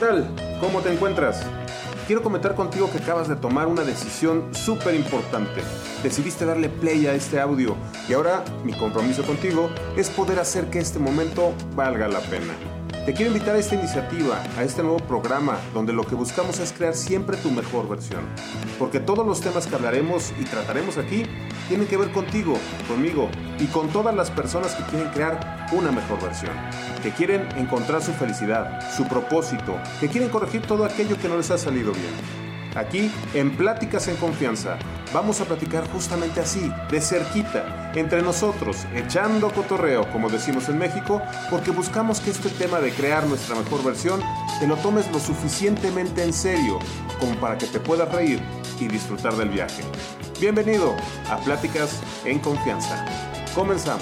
tal? ¿Cómo te encuentras? Quiero comentar contigo que acabas de tomar una decisión súper importante. Decidiste darle play a este audio y ahora mi compromiso contigo es poder hacer que este momento valga la pena. Te quiero invitar a esta iniciativa, a este nuevo programa, donde lo que buscamos es crear siempre tu mejor versión. Porque todos los temas que hablaremos y trataremos aquí tienen que ver contigo, conmigo y con todas las personas que quieren crear una mejor versión. Que quieren encontrar su felicidad, su propósito, que quieren corregir todo aquello que no les ha salido bien. Aquí, en Pláticas en Confianza, vamos a platicar justamente así, de cerquita, entre nosotros, echando cotorreo, como decimos en México, porque buscamos que este tema de crear nuestra mejor versión te lo tomes lo suficientemente en serio como para que te puedas reír y disfrutar del viaje. Bienvenido a Pláticas en Confianza. Comenzamos.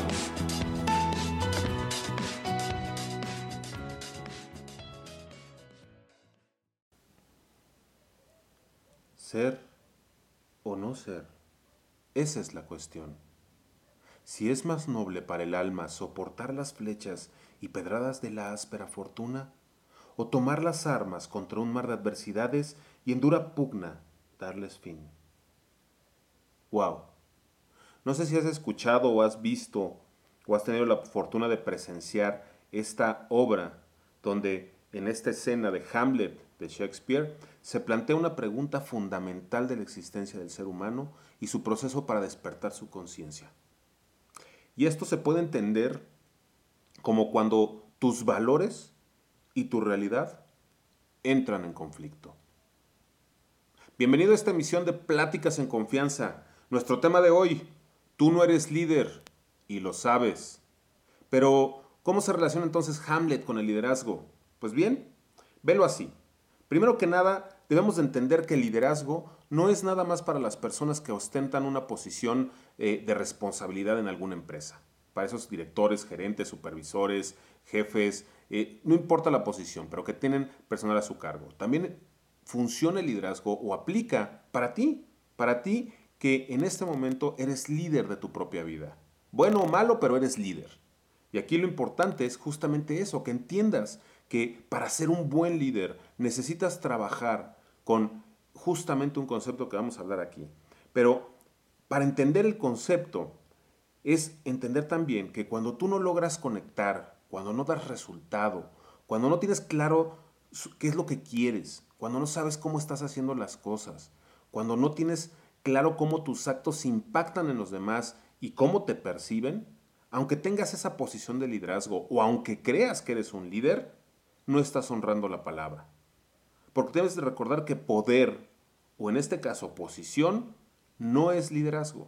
¿Ser o no ser? Esa es la cuestión. Si es más noble para el alma soportar las flechas y pedradas de la áspera fortuna, o tomar las armas contra un mar de adversidades y en dura pugna darles fin. ¡Wow! No sé si has escuchado o has visto o has tenido la fortuna de presenciar esta obra donde en esta escena de Hamlet de Shakespeare se plantea una pregunta fundamental de la existencia del ser humano y su proceso para despertar su conciencia. Y esto se puede entender como cuando tus valores y tu realidad entran en conflicto. Bienvenido a esta emisión de Pláticas en Confianza. Nuestro tema de hoy: tú no eres líder y lo sabes. Pero, ¿cómo se relaciona entonces Hamlet con el liderazgo? Pues bien, velo así. Primero que nada, debemos de entender que el liderazgo no es nada más para las personas que ostentan una posición de responsabilidad en alguna empresa. Para esos directores, gerentes, supervisores, jefes, no importa la posición, pero que tienen personal a su cargo. También funciona el liderazgo o aplica para ti que en este momento eres líder de tu propia vida. Bueno o malo, pero eres líder. Y aquí lo importante es justamente eso, que entiendas que para ser un buen líder necesitas trabajar con justamente un concepto que vamos a hablar aquí. Pero para entender el concepto es entender también que cuando tú no logras conectar, cuando no das resultado, cuando no tienes claro qué es lo que quieres, cuando no sabes cómo estás haciendo las cosas, cuando no tienes claro cómo tus actos impactan en los demás y cómo te perciben, aunque tengas esa posición de liderazgo o aunque creas que eres un líder, no estás honrando la palabra. Porque debes de recordar que poder, o en este caso posición, no es liderazgo.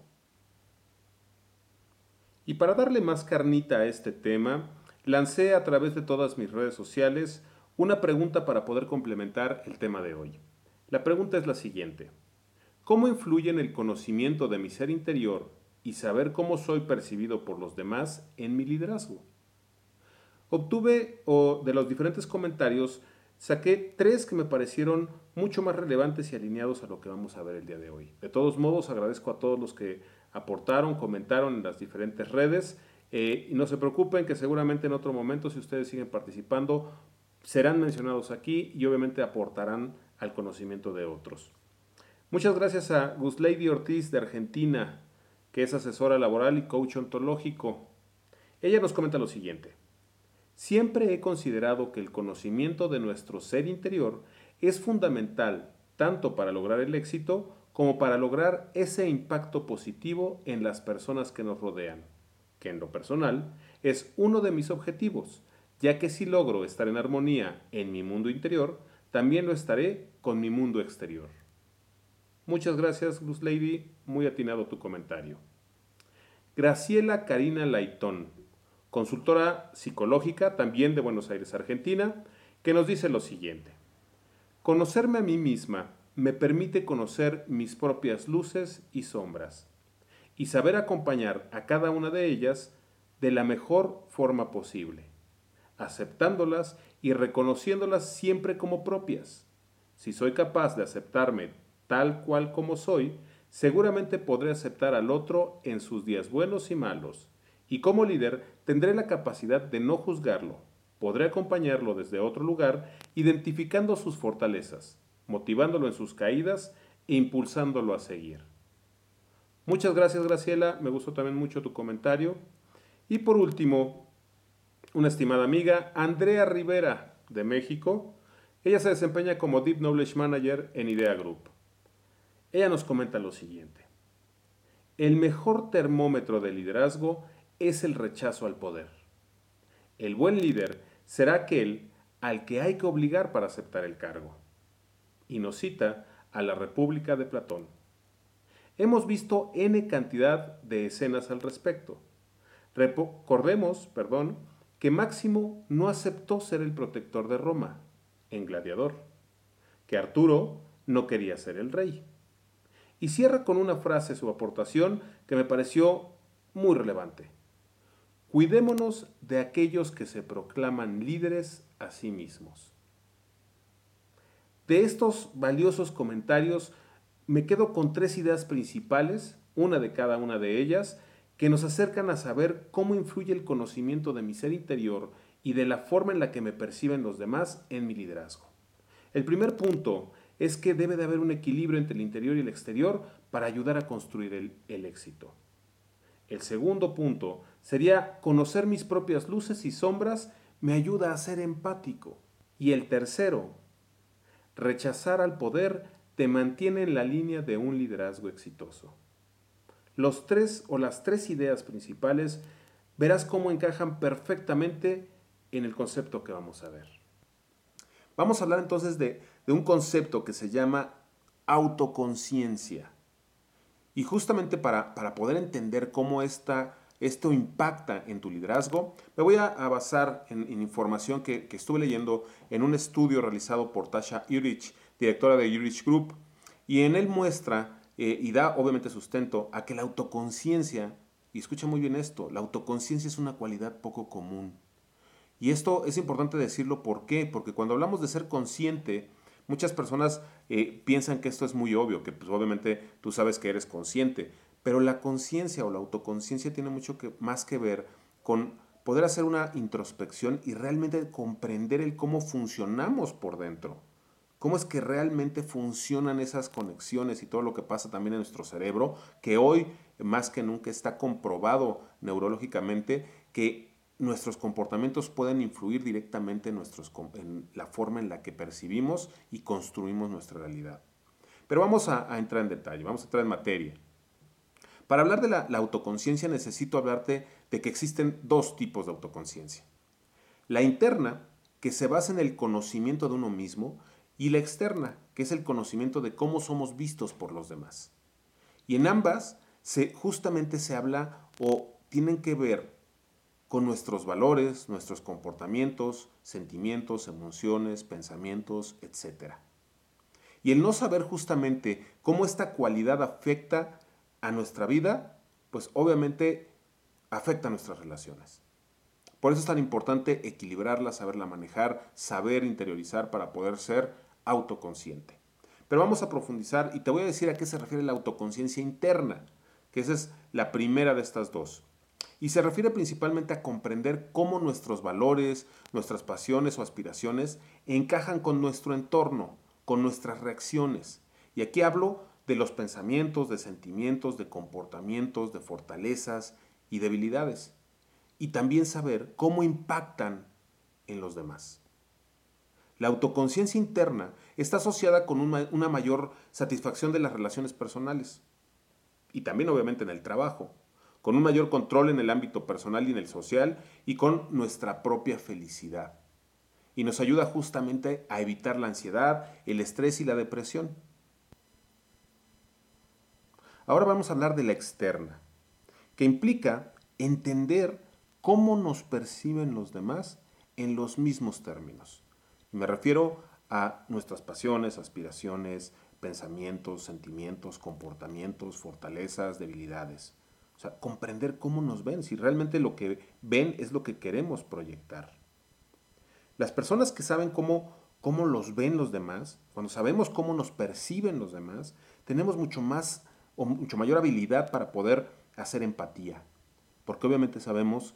Y para darle más carnita a este tema, lancé a través de todas mis redes sociales una pregunta para poder complementar el tema de hoy. La pregunta es la siguiente: ¿cómo influye en el conocimiento de mi ser interior y saber cómo soy percibido por los demás en mi liderazgo? Obtuve, de los diferentes comentarios, saqué 3 que me parecieron mucho más relevantes y alineados a lo que vamos a ver el día de hoy. De todos modos, agradezco a todos los que aportaron, comentaron en las diferentes redes. Y no se preocupen que seguramente en otro momento, si ustedes siguen participando, serán mencionados aquí y obviamente aportarán al conocimiento de otros. Muchas gracias a Guslady Ortiz de Argentina, que es asesora laboral y coach ontológico. Ella nos comenta lo siguiente: siempre he considerado que el conocimiento de nuestro ser interior es fundamental tanto para lograr el éxito como para lograr ese impacto positivo en las personas que nos rodean, que en lo personal es uno de mis objetivos, ya que si logro estar en armonía en mi mundo interior, también lo estaré con mi mundo exterior. Muchas gracias, Luz Lady, muy atinado tu comentario. Graciela Karina Laitón, consultora psicológica también de Buenos Aires, Argentina, que nos dice lo siguiente: conocerme a mí misma me permite conocer mis propias luces y sombras y saber acompañar a cada una de ellas de la mejor forma posible, aceptándolas y reconociéndolas siempre como propias. Si soy capaz de aceptarme tal cual como soy, seguramente podré aceptar al otro en sus días buenos y malos, y como líder tendré la capacidad de no juzgarlo, Podré acompañarlo desde otro lugar, identificando sus fortalezas, motivándolo en sus caídas e impulsándolo a seguir. Muchas gracias, Graciela. Me gustó también mucho tu comentario. Y por último, una estimada amiga, Andrea Rivera, de México. Ella se desempeña como Deep Knowledge Manager en Idea Group. Ella nos comenta lo siguiente. El mejor termómetro de liderazgo es el rechazo al poder. El buen líder será aquel al que hay que obligar para aceptar el cargo. Y nos cita a la República de Platón. Hemos visto N cantidad de escenas al respecto. Recordemos, que Máximo no aceptó ser el protector de Roma, en Gladiador, que Arturo no quería ser el rey. Y cierra con una frase su aportación que me pareció muy relevante. Cuidémonos de aquellos que se proclaman líderes a sí mismos. De estos valiosos comentarios me quedo con 3 ideas principales, una de cada una de ellas, que nos acercan a saber cómo influye el conocimiento de mi ser interior y de la forma en la que me perciben los demás en mi liderazgo. El primer punto es que debe de haber un equilibrio entre el interior y el exterior para ayudar a construir el éxito. El segundo punto sería conocer mis propias luces y sombras me ayuda a ser empático. Y el tercero, rechazar al poder te mantiene en la línea de un liderazgo exitoso. Las tres ideas principales verás cómo encajan perfectamente en el concepto que vamos a ver. Vamos a hablar entonces de un concepto que se llama autoconciencia. Y justamente para poder entender cómo esto impacta en tu liderazgo, me voy a basar en información que estuve leyendo en un estudio realizado por Tasha Eurich, directora de Eurich Group, y en él muestra y da obviamente sustento a que la autoconciencia, y escucha muy bien esto, la autoconciencia es una cualidad poco común. Y esto es importante decirlo, ¿por qué? Porque cuando hablamos de ser consciente, muchas personas piensan que esto es muy obvio, que pues obviamente tú sabes que eres consciente, pero la conciencia o la autoconciencia tiene mucho más que ver con poder hacer una introspección y realmente comprender el cómo funcionamos por dentro. Cómo es que realmente funcionan esas conexiones y todo lo que pasa también en nuestro cerebro, que hoy más que nunca está comprobado neurológicamente que nuestros comportamientos pueden influir directamente en la forma en la que percibimos y construimos nuestra realidad. Pero vamos a entrar en detalle, vamos a entrar en materia. Para hablar de la autoconciencia necesito hablarte de que existen 2 tipos de autoconciencia. La interna, que se basa en el conocimiento de uno mismo, y la externa, que es el conocimiento de cómo somos vistos por los demás. Y en ambas justamente se habla o tienen que ver con nuestros valores, nuestros comportamientos, sentimientos, emociones, pensamientos, etc. Y el no saber justamente cómo esta cualidad afecta a nuestra vida, pues obviamente afecta a nuestras relaciones. Por eso es tan importante equilibrarla, saberla manejar, saber interiorizar para poder ser autoconsciente. Pero vamos a profundizar y te voy a decir a qué se refiere la autoconciencia interna, que esa es la primera de estas 2. Y se refiere principalmente a comprender cómo nuestros valores, nuestras pasiones o aspiraciones encajan con nuestro entorno, con nuestras reacciones. Y aquí hablo de los pensamientos, de sentimientos, de comportamientos, de fortalezas y debilidades. Y también saber cómo impactan en los demás. La autoconciencia interna está asociada con una mayor satisfacción de las relaciones personales y también obviamente en el trabajo, con un mayor control en el ámbito personal y en el social y con nuestra propia felicidad. Y nos ayuda justamente a evitar la ansiedad, el estrés y la depresión. Ahora vamos a hablar de la externa, que implica entender cómo nos perciben los demás en los mismos términos. Y me refiero a nuestras pasiones, aspiraciones, pensamientos, sentimientos, comportamientos, fortalezas, debilidades. O sea, comprender cómo nos ven, si realmente lo que ven es lo que queremos proyectar. Las personas que saben cómo los ven los demás, cuando sabemos cómo nos perciben los demás, tenemos mucho mayor habilidad para poder hacer empatía. Porque obviamente sabemos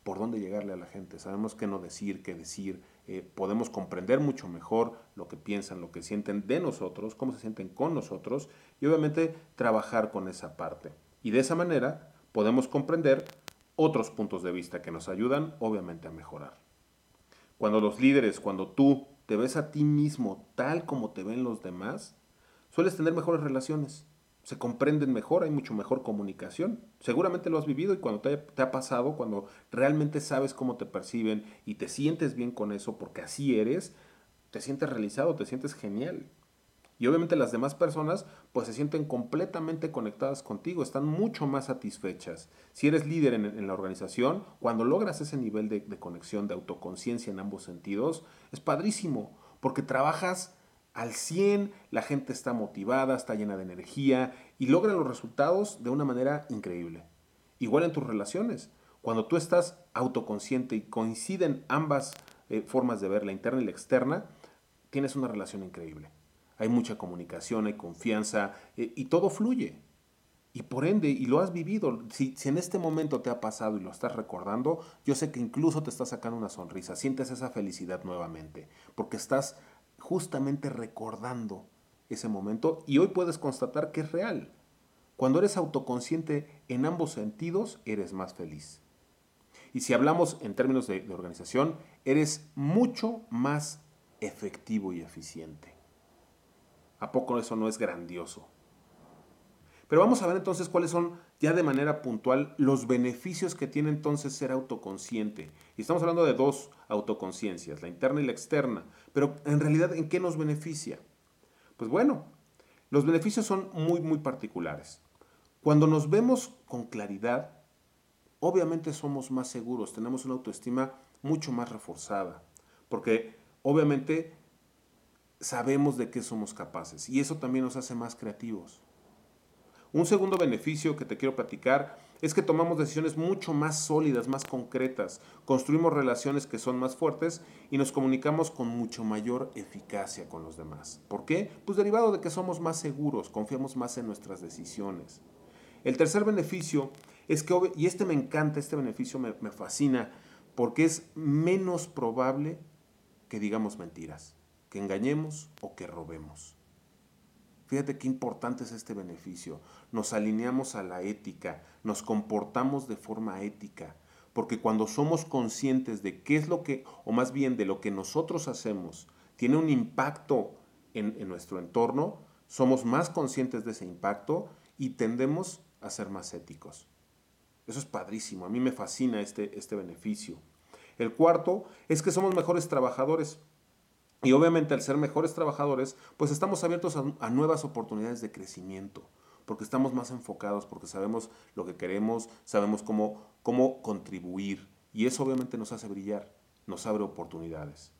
por dónde llegarle a la gente, sabemos qué no decir, qué decir, podemos comprender mucho mejor lo que piensan, lo que sienten de nosotros, cómo se sienten con nosotros y obviamente trabajar con esa parte. Y de esa manera podemos comprender otros puntos de vista que nos ayudan obviamente a mejorar. Cuando los líderes, cuando tú te ves a ti mismo tal como te ven los demás, sueles tener mejores relaciones, se comprenden mejor, hay mucho mejor comunicación. Seguramente lo has vivido y cuando te ha pasado, cuando realmente sabes cómo te perciben y te sientes bien con eso porque así eres, te sientes realizado, te sientes genial. Y obviamente las demás personas pues se sienten completamente conectadas contigo, están mucho más satisfechas. Si eres líder en la organización, cuando logras ese nivel de conexión, de autoconciencia en ambos sentidos, es padrísimo, porque trabajas al 100, la gente está motivada, está llena de energía y logra los resultados de una manera increíble. Igual en tus relaciones, cuando tú estás autoconsciente y coinciden ambas formas de ver, la interna y la externa, tienes una relación increíble. Hay mucha comunicación, hay confianza y todo fluye. Y por ende, y lo has vivido, si en este momento te ha pasado y lo estás recordando, yo sé que incluso te está sacando una sonrisa, sientes esa felicidad nuevamente, porque estás justamente recordando ese momento y hoy puedes constatar que es real. Cuando eres autoconsciente en ambos sentidos, eres más feliz. Y si hablamos en términos de organización, eres mucho más efectivo y eficiente. ¿A poco eso no es grandioso? Pero vamos a ver entonces cuáles son ya de manera puntual los beneficios que tiene entonces ser autoconsciente. Y estamos hablando de dos autoconciencias, la interna y la externa. Pero en realidad, ¿en qué nos beneficia? Pues bueno, los beneficios son muy particulares. Cuando nos vemos con claridad, obviamente somos más seguros, tenemos una autoestima mucho más reforzada, porque obviamente sabemos de qué somos capaces y eso también nos hace más creativos. Un segundo beneficio que te quiero platicar es que tomamos decisiones mucho más sólidas, más concretas, construimos relaciones que son más fuertes y nos comunicamos con mucho mayor eficacia con los demás. ¿Por qué? Pues derivado de que somos más seguros, confiamos más en nuestras decisiones. El tercer beneficio es que, y este me encanta, este beneficio me fascina, porque es menos probable que digamos mentiras, que engañemos o que robemos. Fíjate qué importante es este beneficio. Nos alineamos a la ética, nos comportamos de forma ética, porque cuando somos conscientes de qué es lo que, o más bien de lo que nosotros hacemos, tiene un impacto en nuestro entorno, somos más conscientes de ese impacto y tendemos a ser más éticos. Eso es padrísimo, a mí me fascina este beneficio. El cuarto es que somos mejores trabajadores. Y obviamente al ser mejores trabajadores, pues estamos abiertos a nuevas oportunidades de crecimiento, porque estamos más enfocados, porque sabemos lo que queremos, sabemos cómo contribuir. Y eso obviamente nos hace brillar, nos abre oportunidades.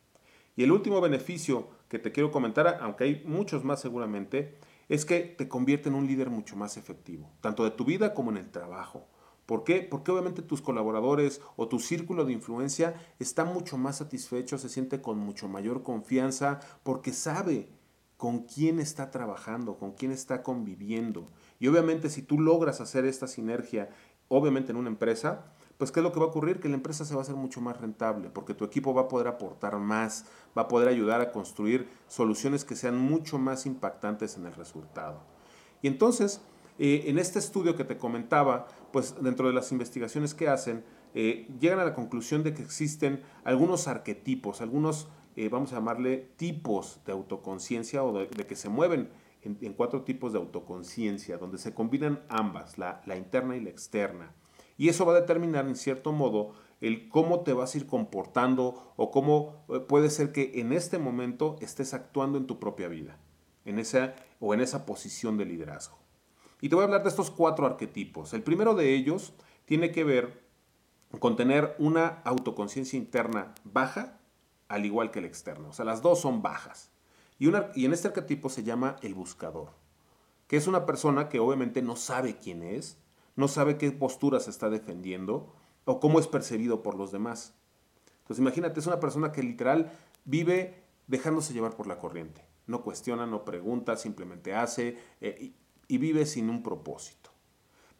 Y el último beneficio que te quiero comentar, aunque hay muchos más seguramente, es que te convierte en un líder mucho más efectivo, tanto de tu vida como en el trabajo. ¿Por qué? Porque obviamente tus colaboradores o tu círculo de influencia está mucho más satisfecho, se siente con mucho mayor confianza, porque sabe con quién está trabajando, con quién está conviviendo. Y obviamente si tú logras hacer esta sinergia, obviamente en una empresa, pues ¿qué es lo que va a ocurrir? Que la empresa se va a hacer mucho más rentable, porque tu equipo va a poder aportar más, va a poder ayudar a construir soluciones que sean mucho más impactantes en el resultado. Y entonces, en este estudio que te comentaba, pues dentro de las investigaciones que hacen, llegan a la conclusión de que existen algunos arquetipos, algunos, vamos a llamarle, tipos de autoconciencia o de que se mueven en cuatro tipos de autoconciencia, donde se combinan ambas, la interna y la externa. Y eso va a determinar, en cierto modo, el cómo te vas a ir comportando o cómo puede ser que en este momento estés actuando en tu propia vida, en esa posición de liderazgo. Y te voy a hablar de estos cuatro arquetipos. El primero de ellos tiene que ver con tener una autoconciencia interna baja, al igual que la externa. O sea, las dos son bajas. Y en este arquetipo se llama el buscador, que es una persona que obviamente no sabe quién es, no sabe qué postura se está defendiendo o cómo es percibido por los demás. Entonces imagínate, es una persona que literal vive dejándose llevar por la corriente. No cuestiona, no pregunta, simplemente hace y vive sin un propósito.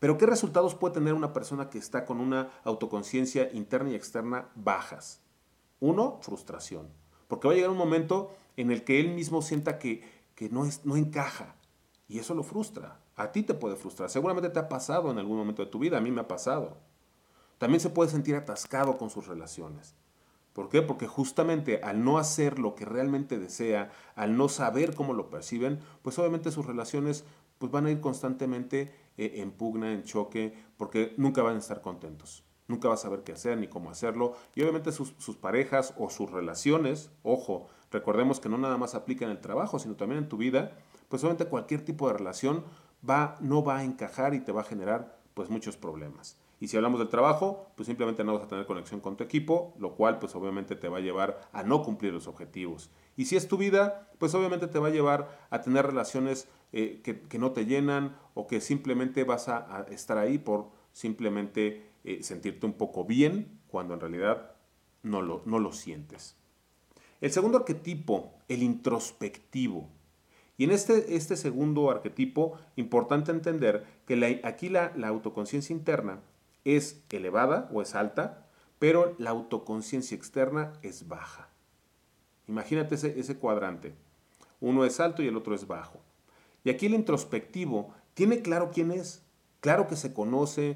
Pero ¿qué resultados puede tener una persona que está con una autoconciencia interna y externa bajas? Uno, frustración. Porque va a llegar un momento en el que él mismo sienta que no encaja. Y eso lo frustra. A ti te puede frustrar. Seguramente te ha pasado en algún momento de tu vida. A mí me ha pasado. También se puede sentir atascado con sus relaciones. ¿Por qué? Porque justamente al no hacer lo que realmente desea, al no saber cómo lo perciben, pues obviamente sus relaciones pues van a ir constantemente en pugna, en choque, porque nunca van a estar contentos. Nunca vas a saber qué hacer ni cómo hacerlo. Y obviamente sus parejas o sus relaciones, ojo, recordemos que no nada más aplica en el trabajo, sino también en tu vida, pues obviamente cualquier tipo de relación no va a encajar y te va a generar pues muchos problemas. Y si hablamos del trabajo, pues simplemente no vas a tener conexión con tu equipo, lo cual pues obviamente te va a llevar a no cumplir los objetivos. Y si es tu vida, pues obviamente te va a llevar a tener relaciones que no te llenan o que simplemente vas a estar ahí por simplemente sentirte un poco bien cuando en realidad no lo sientes. El segundo arquetipo, el introspectivo. Y en este segundo arquetipo, importante entender que aquí la autoconciencia interna es elevada o es alta, pero la autoconciencia externa es baja. Imagínate ese cuadrante. Uno es alto y el otro es bajo. Y aquí el introspectivo tiene claro quién es, claro que se conoce,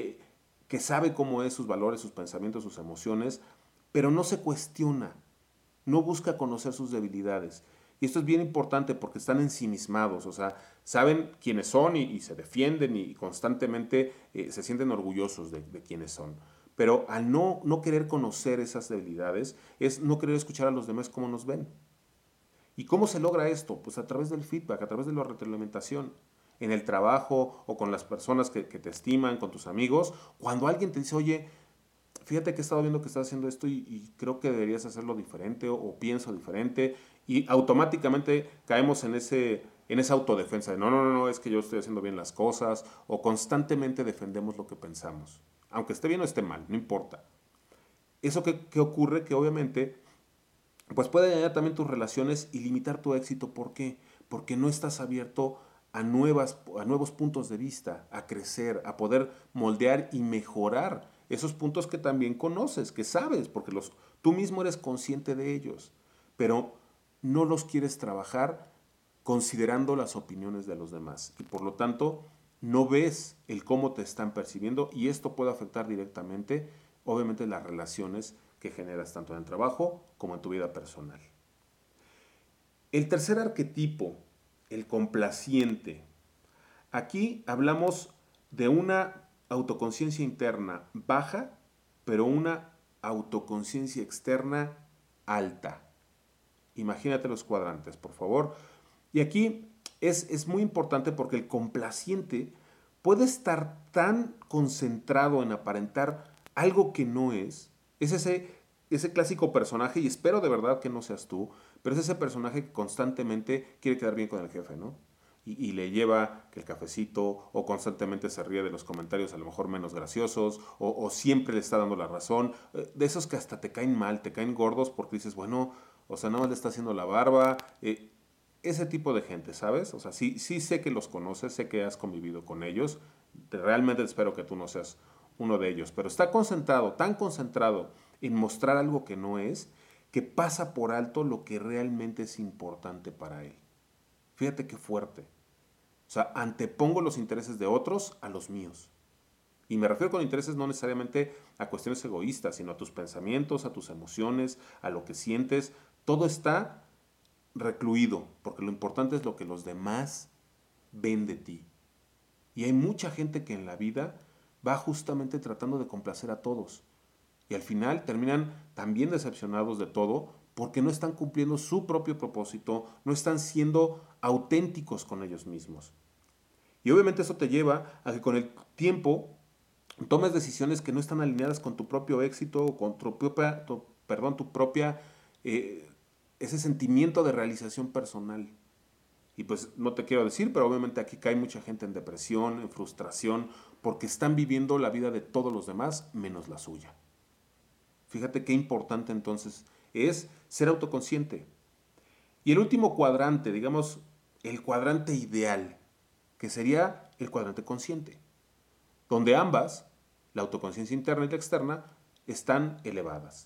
que sabe cómo es sus valores, sus pensamientos, sus emociones, pero no se cuestiona, no busca conocer sus debilidades. Y esto es bien importante porque están ensimismados, o sea, saben quiénes son y se defienden y constantemente se sienten orgullosos de quiénes son. Pero al no querer conocer esas debilidades es no querer escuchar a los demás cómo nos ven. ¿Y cómo se logra esto? Pues a través del feedback, a través de la retroalimentación. En el trabajo o con las personas que te estiman, con tus amigos. Cuando alguien te dice, oye, fíjate que he estado viendo que estás haciendo esto y creo que deberías hacerlo diferente o pienso diferente. Y automáticamente caemos en esa autodefensa de no, es que yo estoy haciendo bien las cosas. O constantemente defendemos lo que pensamos. Aunque esté bien o esté mal, no importa. ¿Eso qué ocurre? Que obviamente pues puede dañar también tus relaciones y limitar tu éxito. ¿Por qué? Porque no estás abierto a nuevos puntos de vista, a crecer, a poder moldear y mejorar esos puntos que también conoces, que sabes, porque tú mismo eres consciente de ellos, pero no los quieres trabajar considerando las opiniones de los demás. Y por lo tanto, no ves el cómo te están percibiendo y esto puede afectar directamente, obviamente, las relaciones que generas tanto en el trabajo como en tu vida personal. El tercer arquetipo, el complaciente. Aquí hablamos de una autoconciencia interna baja, pero una autoconciencia externa alta. Imagínate los cuadrantes, por favor. Y aquí es muy importante porque el complaciente puede estar tan concentrado en aparentar algo que no es ese clásico personaje, y espero de verdad que no seas tú, pero es ese personaje que constantemente quiere quedar bien con el jefe, ¿no? Y le lleva que el cafecito, o constantemente se ríe de los comentarios a lo mejor menos graciosos, o siempre le está dando la razón, de esos que hasta te caen mal, te caen gordos porque dices, bueno, o sea, nada más le está haciendo la barba, ese tipo de gente, ¿sabes? O sea, sí sé que los conoces, sé que has convivido con ellos, realmente espero que tú no seas uno de ellos, pero está concentrado, tan concentrado en mostrar algo que no es, que pasa por alto lo que realmente es importante para él. Fíjate qué fuerte. O sea, antepongo los intereses de otros a los míos. Y me refiero con intereses no necesariamente a cuestiones egoístas, sino a tus pensamientos, a tus emociones, a lo que sientes. Todo está recluido, porque lo importante es lo que los demás ven de ti. Y hay mucha gente que en la vida va justamente tratando de complacer a todos. Y al final terminan también decepcionados de todo porque no están cumpliendo su propio propósito, no están siendo auténticos con ellos mismos. Y obviamente eso te lleva a que con el tiempo tomes decisiones que no están alineadas con tu propio éxito o con tu propia, eh, ese sentimiento de realización personal. Y pues no te quiero decir, pero obviamente aquí cae mucha gente en depresión, en frustración, porque están viviendo la vida de todos los demás menos la suya. Fíjate qué importante entonces es ser autoconsciente. Y el último cuadrante, digamos, el cuadrante ideal, que sería el cuadrante consciente. donde ambas, la autoconciencia interna y la externa, están elevadas.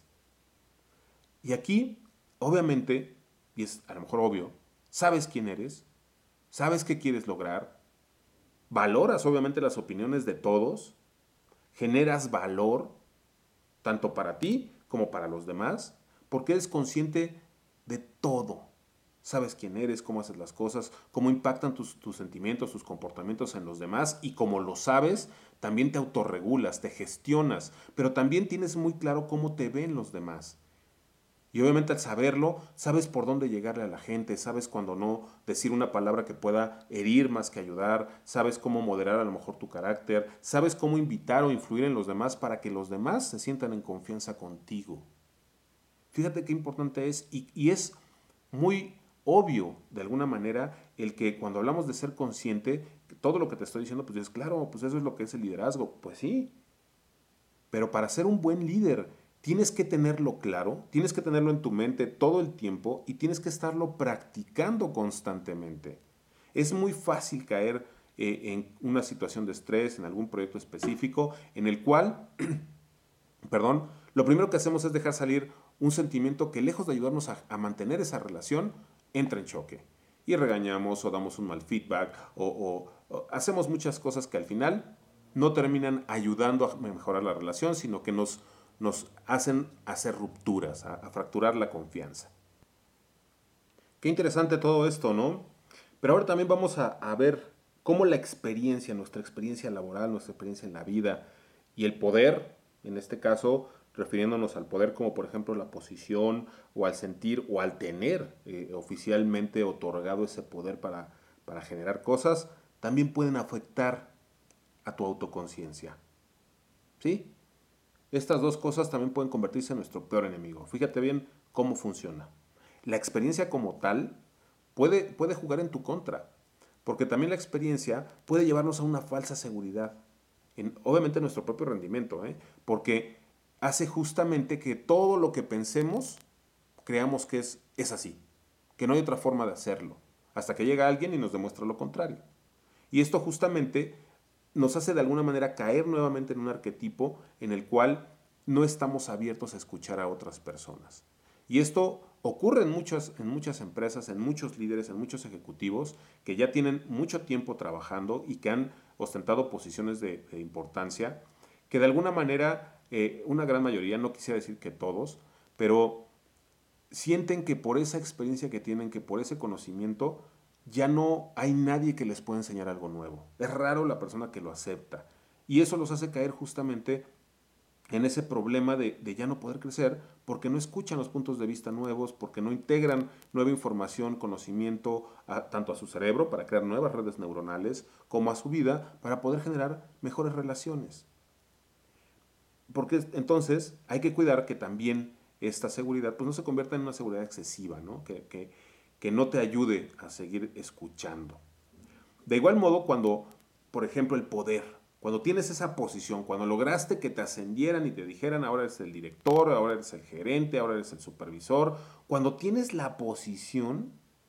Y aquí, obviamente, y es a lo mejor obvio, sabes quién eres, sabes qué quieres lograr, valoras obviamente las opiniones de todos, generas valor tanto para ti como para los demás, porque eres consciente de todo. Sabes quién eres, cómo haces las cosas, cómo impactan tus sentimientos, tus comportamientos en los demás y como lo sabes, también te autorregulas, te gestionas, pero también tienes muy claro cómo te ven los demás. Y obviamente al saberlo, sabes por dónde llegarle a la gente, sabes cuando no decir una palabra que pueda herir más que ayudar, sabes cómo moderar a lo mejor tu carácter, sabes cómo invitar o influir en los demás para que los demás se sientan en confianza contigo. Fíjate qué importante es y es muy obvio de alguna manera el que cuando hablamos de ser consciente, todo lo que te estoy diciendo, pues es claro, pues eso es lo que es el liderazgo. Pues sí, pero para ser un buen líder, tienes que tenerlo claro, tienes que tenerlo en tu mente todo el tiempo y tienes que estarlo practicando constantemente. Es muy fácil caer en una situación de estrés, en algún proyecto específico, en el cual, perdón, lo primero que hacemos es dejar salir un sentimiento que lejos de ayudarnos a mantener esa relación, entra en choque. Y regañamos o damos un mal feedback o hacemos muchas cosas que al final no terminan ayudando a mejorar la relación, sino que nos hacen hacer rupturas, a fracturar la confianza. Qué interesante todo esto, ¿no? Pero ahora también vamos a ver cómo la experiencia, nuestra experiencia laboral, nuestra experiencia en la vida y el poder, en este caso, refiriéndonos al poder como por ejemplo la posición o al sentir o al tener oficialmente otorgado ese poder para generar cosas, también pueden afectar a tu autoconciencia. ¿Sí? Estas dos cosas también pueden convertirse en nuestro peor enemigo. Fíjate bien cómo funciona. La experiencia como tal puede jugar en tu contra, porque también la experiencia puede llevarnos a una falsa seguridad, obviamente en nuestro propio rendimiento, porque hace justamente que todo lo que pensemos creamos que es así, que no hay otra forma de hacerlo, hasta que llega alguien y nos demuestra lo contrario. Y esto justamente nos hace de alguna manera caer nuevamente en un arquetipo en el cual no estamos abiertos a escuchar a otras personas. Y esto ocurre en muchas empresas, en muchos líderes, en muchos ejecutivos que ya tienen mucho tiempo trabajando y que han ostentado posiciones de importancia, que de alguna manera, una gran mayoría, no quisiera decir que todos, pero sienten que por esa experiencia que tienen, que por ese conocimiento, ya no hay nadie que les pueda enseñar algo nuevo. Es raro la persona que lo acepta. Y eso los hace caer justamente en ese problema de ya no poder crecer porque no escuchan los puntos de vista nuevos, porque no integran nueva información, conocimiento, tanto a su cerebro para crear nuevas redes neuronales, como a su vida para poder generar mejores relaciones. Porque entonces hay que cuidar que también esta seguridad pues no se convierta en una seguridad excesiva, ¿no? Que no te ayude a seguir escuchando. De igual modo, cuando, por ejemplo, el poder, cuando tienes esa posición, cuando lograste que te ascendieran y te dijeran, ahora eres el director, ahora eres el gerente, ahora eres el supervisor, cuando tienes la posición,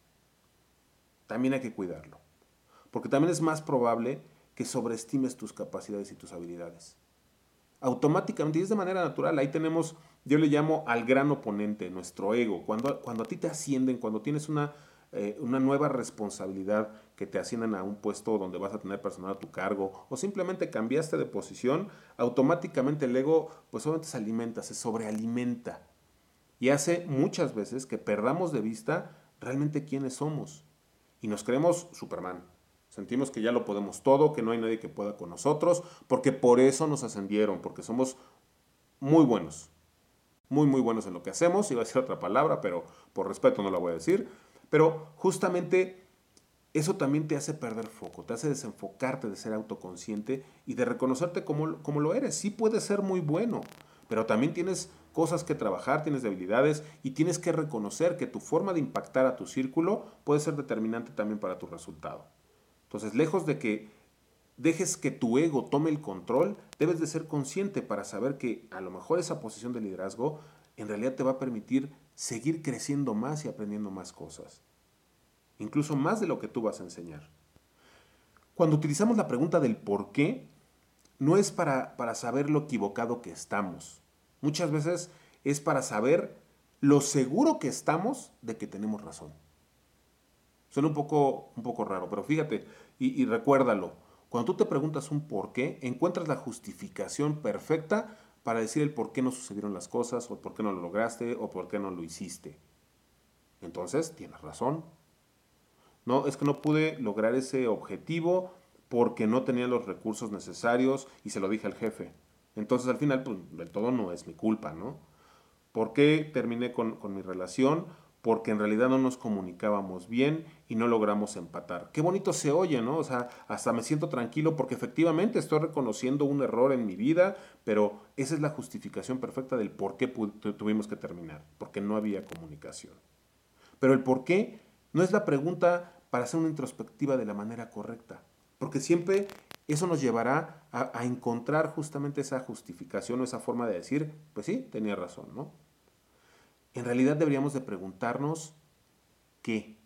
también hay que cuidarlo. Porque también es más probable que sobreestimes tus capacidades y tus habilidades. Automáticamente, y es de manera natural, ahí tenemos, yo le llamo al gran oponente, nuestro ego. Cuando a ti te ascienden, cuando tienes una nueva responsabilidad, que te ascienden a un puesto donde vas a tener personal a tu cargo, o simplemente cambiaste de posición, automáticamente el ego, pues obviamente se alimenta, se sobrealimenta. Y hace muchas veces que perdamos de vista realmente quiénes somos. Y nos creemos Superman. Sentimos que ya lo podemos todo, que no hay nadie que pueda con nosotros, porque por eso nos ascendieron, porque somos muy buenos, muy, muy buenos en lo que hacemos. Iba a decir otra palabra, pero por respeto no la voy a decir. Pero justamente eso también te hace perder foco, te hace desenfocarte de ser autoconsciente y de reconocerte como lo eres. Sí puedes ser muy bueno, pero también tienes cosas que trabajar, tienes debilidades y tienes que reconocer que tu forma de impactar a tu círculo puede ser determinante también para tu resultado. Entonces, lejos de que dejes que tu ego tome el control, debes de ser consciente para saber que a lo mejor esa posición de liderazgo en realidad te va a permitir seguir creciendo más y aprendiendo más cosas, incluso más de lo que tú vas a enseñar. Cuando utilizamos la pregunta del por qué, no es para saber lo equivocado que estamos. Muchas veces es para saber lo seguro que estamos de que tenemos razón. Suena un poco raro, pero fíjate y recuérdalo. Cuando tú te preguntas un por qué, encuentras la justificación perfecta para decir el por qué no sucedieron las cosas, o por qué no lo lograste, o por qué no lo hiciste. Entonces, tienes razón. No, es que no pude lograr ese objetivo porque no tenía los recursos necesarios y se lo dije al jefe. Entonces, al final, pues, del todo no es mi culpa, ¿no? ¿Por qué terminé con mi relación? Porque en realidad no nos comunicábamos bien y no logramos empatar. Qué bonito se oye, ¿no? O sea, hasta me siento tranquilo porque efectivamente estoy reconociendo un error en mi vida, pero esa es la justificación perfecta del por qué tuvimos que terminar, porque no había comunicación. Pero el por qué no es la pregunta para hacer una introspectiva de la manera correcta, porque siempre eso nos llevará a encontrar justamente esa justificación o esa forma de decir, pues sí, tenía razón, ¿no? En realidad deberíamos de preguntarnos qué.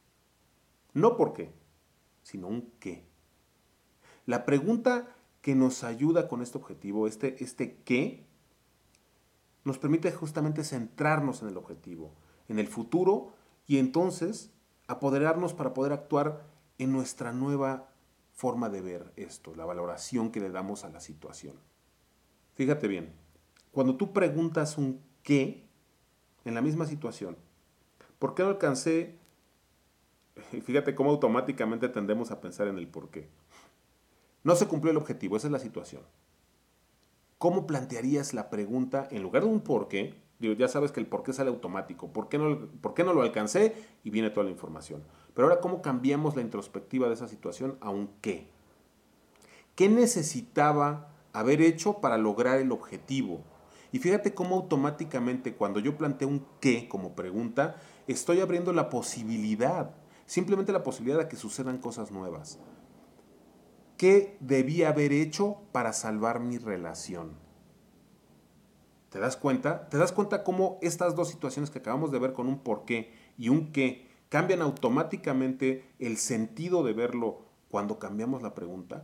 No por qué, sino un qué. La pregunta que nos ayuda con este objetivo, este qué, nos permite justamente centrarnos en el objetivo, en el futuro y entonces apoderarnos para poder actuar en nuestra nueva forma de ver esto, la valoración que le damos a la situación. Fíjate bien, cuando tú preguntas un qué en la misma situación, ¿por qué no alcancé? Fíjate cómo automáticamente tendemos a pensar en el por qué. No se cumplió el objetivo, esa es la situación. ¿Cómo plantearías la pregunta en lugar de un por qué? Digo, ya sabes que el por qué sale automático. Por qué no lo alcancé? Y viene toda la información. Pero ahora, ¿cómo cambiamos la introspectiva de esa situación a un qué? ¿Qué necesitaba haber hecho para lograr el objetivo? Y fíjate cómo automáticamente cuando yo planteo un qué como pregunta, estoy abriendo la posibilidad, simplemente la posibilidad de que sucedan cosas nuevas. ¿Qué debía haber hecho para salvar mi relación? ¿Te das cuenta? ¿Te das cuenta cómo estas dos situaciones que acabamos de ver con un por qué y un qué cambian automáticamente el sentido de verlo cuando cambiamos la pregunta?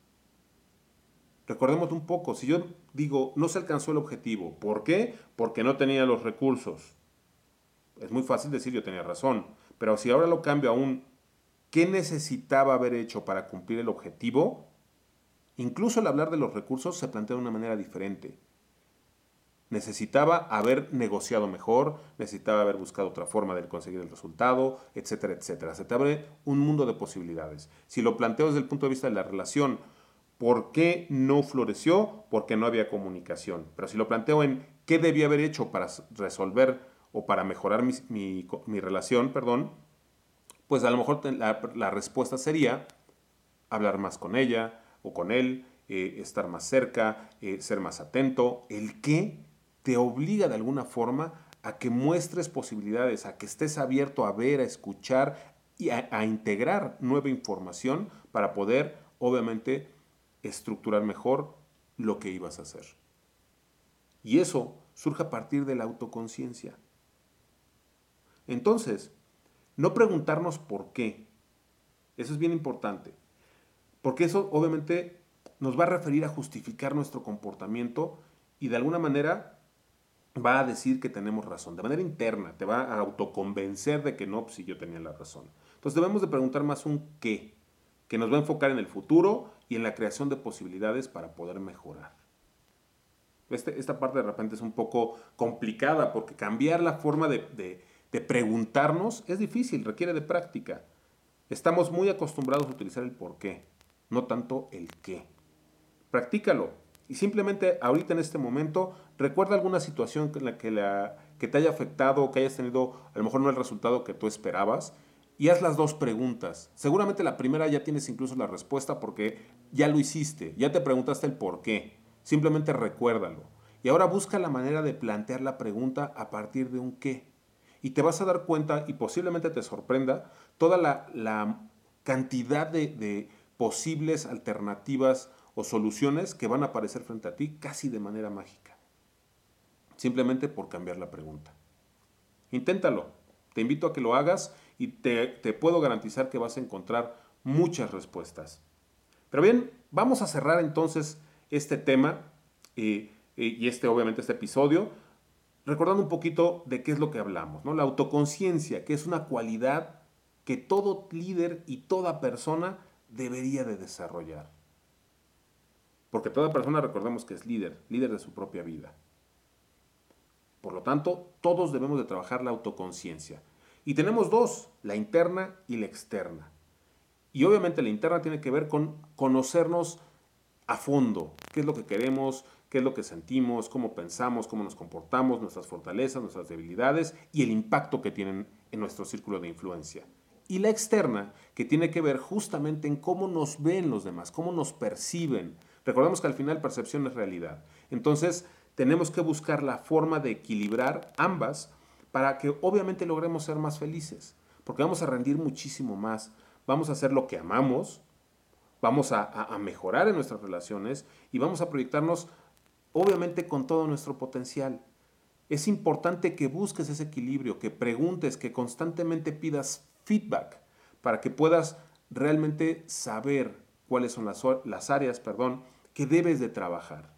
Recordemos un poco, si yo digo no se alcanzó el objetivo, ¿por qué? Porque no tenía los recursos. Es muy fácil decir yo tenía razón, pero si ahora lo cambio a un ¿qué necesitaba haber hecho para cumplir el objetivo? Incluso al hablar de los recursos se plantea de una manera diferente. Necesitaba haber negociado mejor, necesitaba haber buscado otra forma de conseguir el resultado, etcétera, etcétera. Se te abre un mundo de posibilidades. Si lo planteo desde el punto de vista de la relación, ¿por qué no floreció? Porque no había comunicación. Pero si lo planteo en qué debía haber hecho para resolver o para mejorar mi relación, perdón, pues a lo mejor la respuesta sería hablar más con ella o con él, estar más cerca, ser más atento. El qué te obliga de alguna forma a que muestres posibilidades, a que estés abierto a ver, a escuchar y a integrar nueva información para poder, obviamente, estructurar mejor lo que ibas a hacer. Y eso surge a partir de la autoconciencia. Entonces, no preguntarnos por qué. Eso es bien importante. Porque eso obviamente nos va a referir a justificar nuestro comportamiento y de alguna manera va a decir que tenemos razón. De manera interna te va a autoconvencer de que no, pues sí, yo tenía la razón. Entonces debemos de preguntar más un qué, que nos va a enfocar en el futuro y en la creación de posibilidades para poder mejorar. Esta parte de repente es un poco complicada porque cambiar la forma de preguntarnos es difícil, requiere de práctica. Estamos muy acostumbrados a utilizar el por qué, no tanto el qué. Practícalo y simplemente ahorita en este momento recuerda alguna situación que te haya afectado o que hayas tenido a lo mejor no el resultado que tú esperabas y haz las dos preguntas. Seguramente la primera ya tienes incluso la respuesta porque ya lo hiciste, ya te preguntaste el por qué. Simplemente recuérdalo. Y ahora busca la manera de plantear la pregunta a partir de un qué. Y te vas a dar cuenta y posiblemente te sorprenda toda la cantidad de posibles alternativas o soluciones que van a aparecer frente a ti casi de manera mágica. Simplemente por cambiar la pregunta. Inténtalo. Te invito a que lo hagas y te puedo garantizar que vas a encontrar muchas respuestas. Pero bien, vamos a cerrar entonces este tema y obviamente este episodio, recordando un poquito de qué es lo que hablamos, ¿no? La autoconciencia, que es una cualidad que todo líder y toda persona debería de desarrollar. Porque toda persona, recordemos que es líder de su propia vida. Por lo tanto, todos debemos de trabajar la autoconciencia. Y tenemos dos, la interna y la externa. Y obviamente la interna tiene que ver con conocernos a fondo, qué es lo que queremos, qué es lo que sentimos, cómo pensamos, cómo nos comportamos, nuestras fortalezas, nuestras debilidades y el impacto que tienen en nuestro círculo de influencia. Y la externa, que tiene que ver justamente en cómo nos ven los demás, cómo nos perciben. Recordemos que al final percepción es realidad. Entonces, tenemos que buscar la forma de equilibrar ambas para que obviamente logremos ser más felices, porque vamos a rendir muchísimo más, vamos a hacer lo que amamos, vamos a mejorar en nuestras relaciones y vamos a proyectarnos obviamente con todo nuestro potencial. Es importante que busques ese equilibrio, que preguntes, que constantemente pidas feedback para que puedas realmente saber cuáles son las áreas, que debes de trabajar.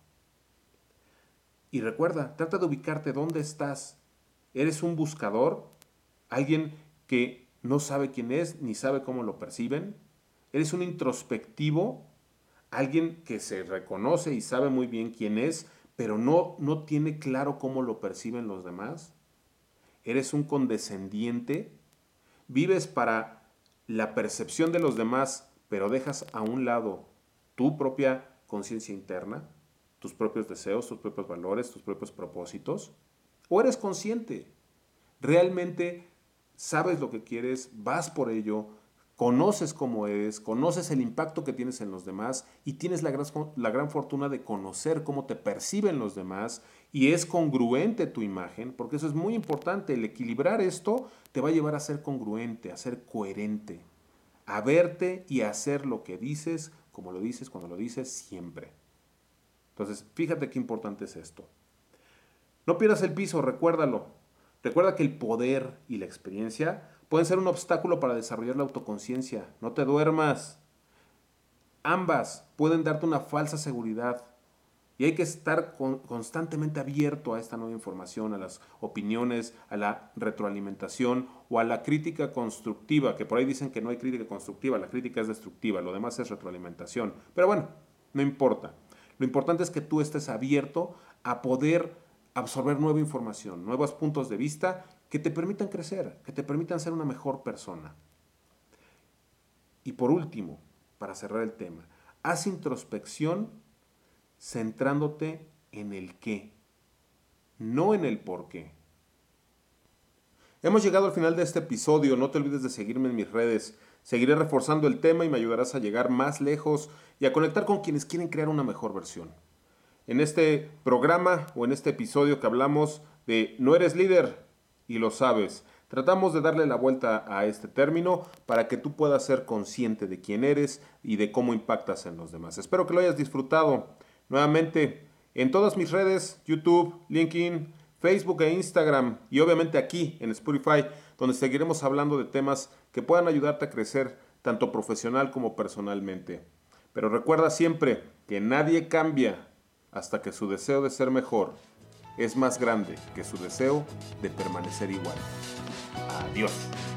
Y recuerda, trata de ubicarte dónde estás. ¿Eres un buscador? ¿Alguien que no sabe quién es ni sabe cómo lo perciben? ¿Eres un introspectivo? ¿Alguien que se reconoce y sabe muy bien quién es, pero no tiene claro cómo lo perciben los demás? ¿Eres un condescendiente? ¿Vives para la percepción de los demás, pero dejas a un lado tu propia conciencia interna, tus propios deseos, tus propios valores, tus propios propósitos? ¿O eres consciente? ¿Realmente sabes lo que quieres, vas por ello, conoces cómo eres, conoces el impacto que tienes en los demás y tienes la gran fortuna de conocer cómo te perciben los demás y es congruente tu imagen? Porque eso es muy importante. El equilibrar esto te va a llevar a ser congruente, a ser coherente, a verte y a hacer lo que dices, como lo dices, cuando lo dices, siempre. Entonces, fíjate qué importante es esto. No pierdas el piso, recuérdalo. Recuerda que el poder y la experiencia pueden ser un obstáculo para desarrollar la autoconciencia. No te duermas. Ambas pueden darte una falsa seguridad. Y hay que estar constantemente abierto a esta nueva información, a las opiniones, a la retroalimentación o a la crítica constructiva, que por ahí dicen que no hay crítica constructiva, la crítica es destructiva, lo demás es retroalimentación. Pero bueno, no importa. Lo importante es que tú estés abierto a poder absorber nueva información, nuevos puntos de vista que te permitan crecer, que te permitan ser una mejor persona. Y por último, para cerrar el tema, haz introspección centrándote en el qué, no en el por qué. Hemos llegado al final de este episodio. No te olvides de seguirme en mis redes. Seguiré reforzando el tema y me ayudarás a llegar más lejos y a conectar con quienes quieren crear una mejor versión. En este programa o en este episodio que hablamos de no eres líder y lo sabes, tratamos de darle la vuelta a este término para que tú puedas ser consciente de quién eres y de cómo impactas en los demás. Espero que lo hayas disfrutado. Nuevamente, en todas mis redes, YouTube, LinkedIn, Facebook e Instagram y obviamente aquí en Spotify, donde seguiremos hablando de temas que puedan ayudarte a crecer tanto profesional como personalmente. Pero recuerda siempre que nadie cambia hasta que su deseo de ser mejor es más grande que su deseo de permanecer igual. Adiós.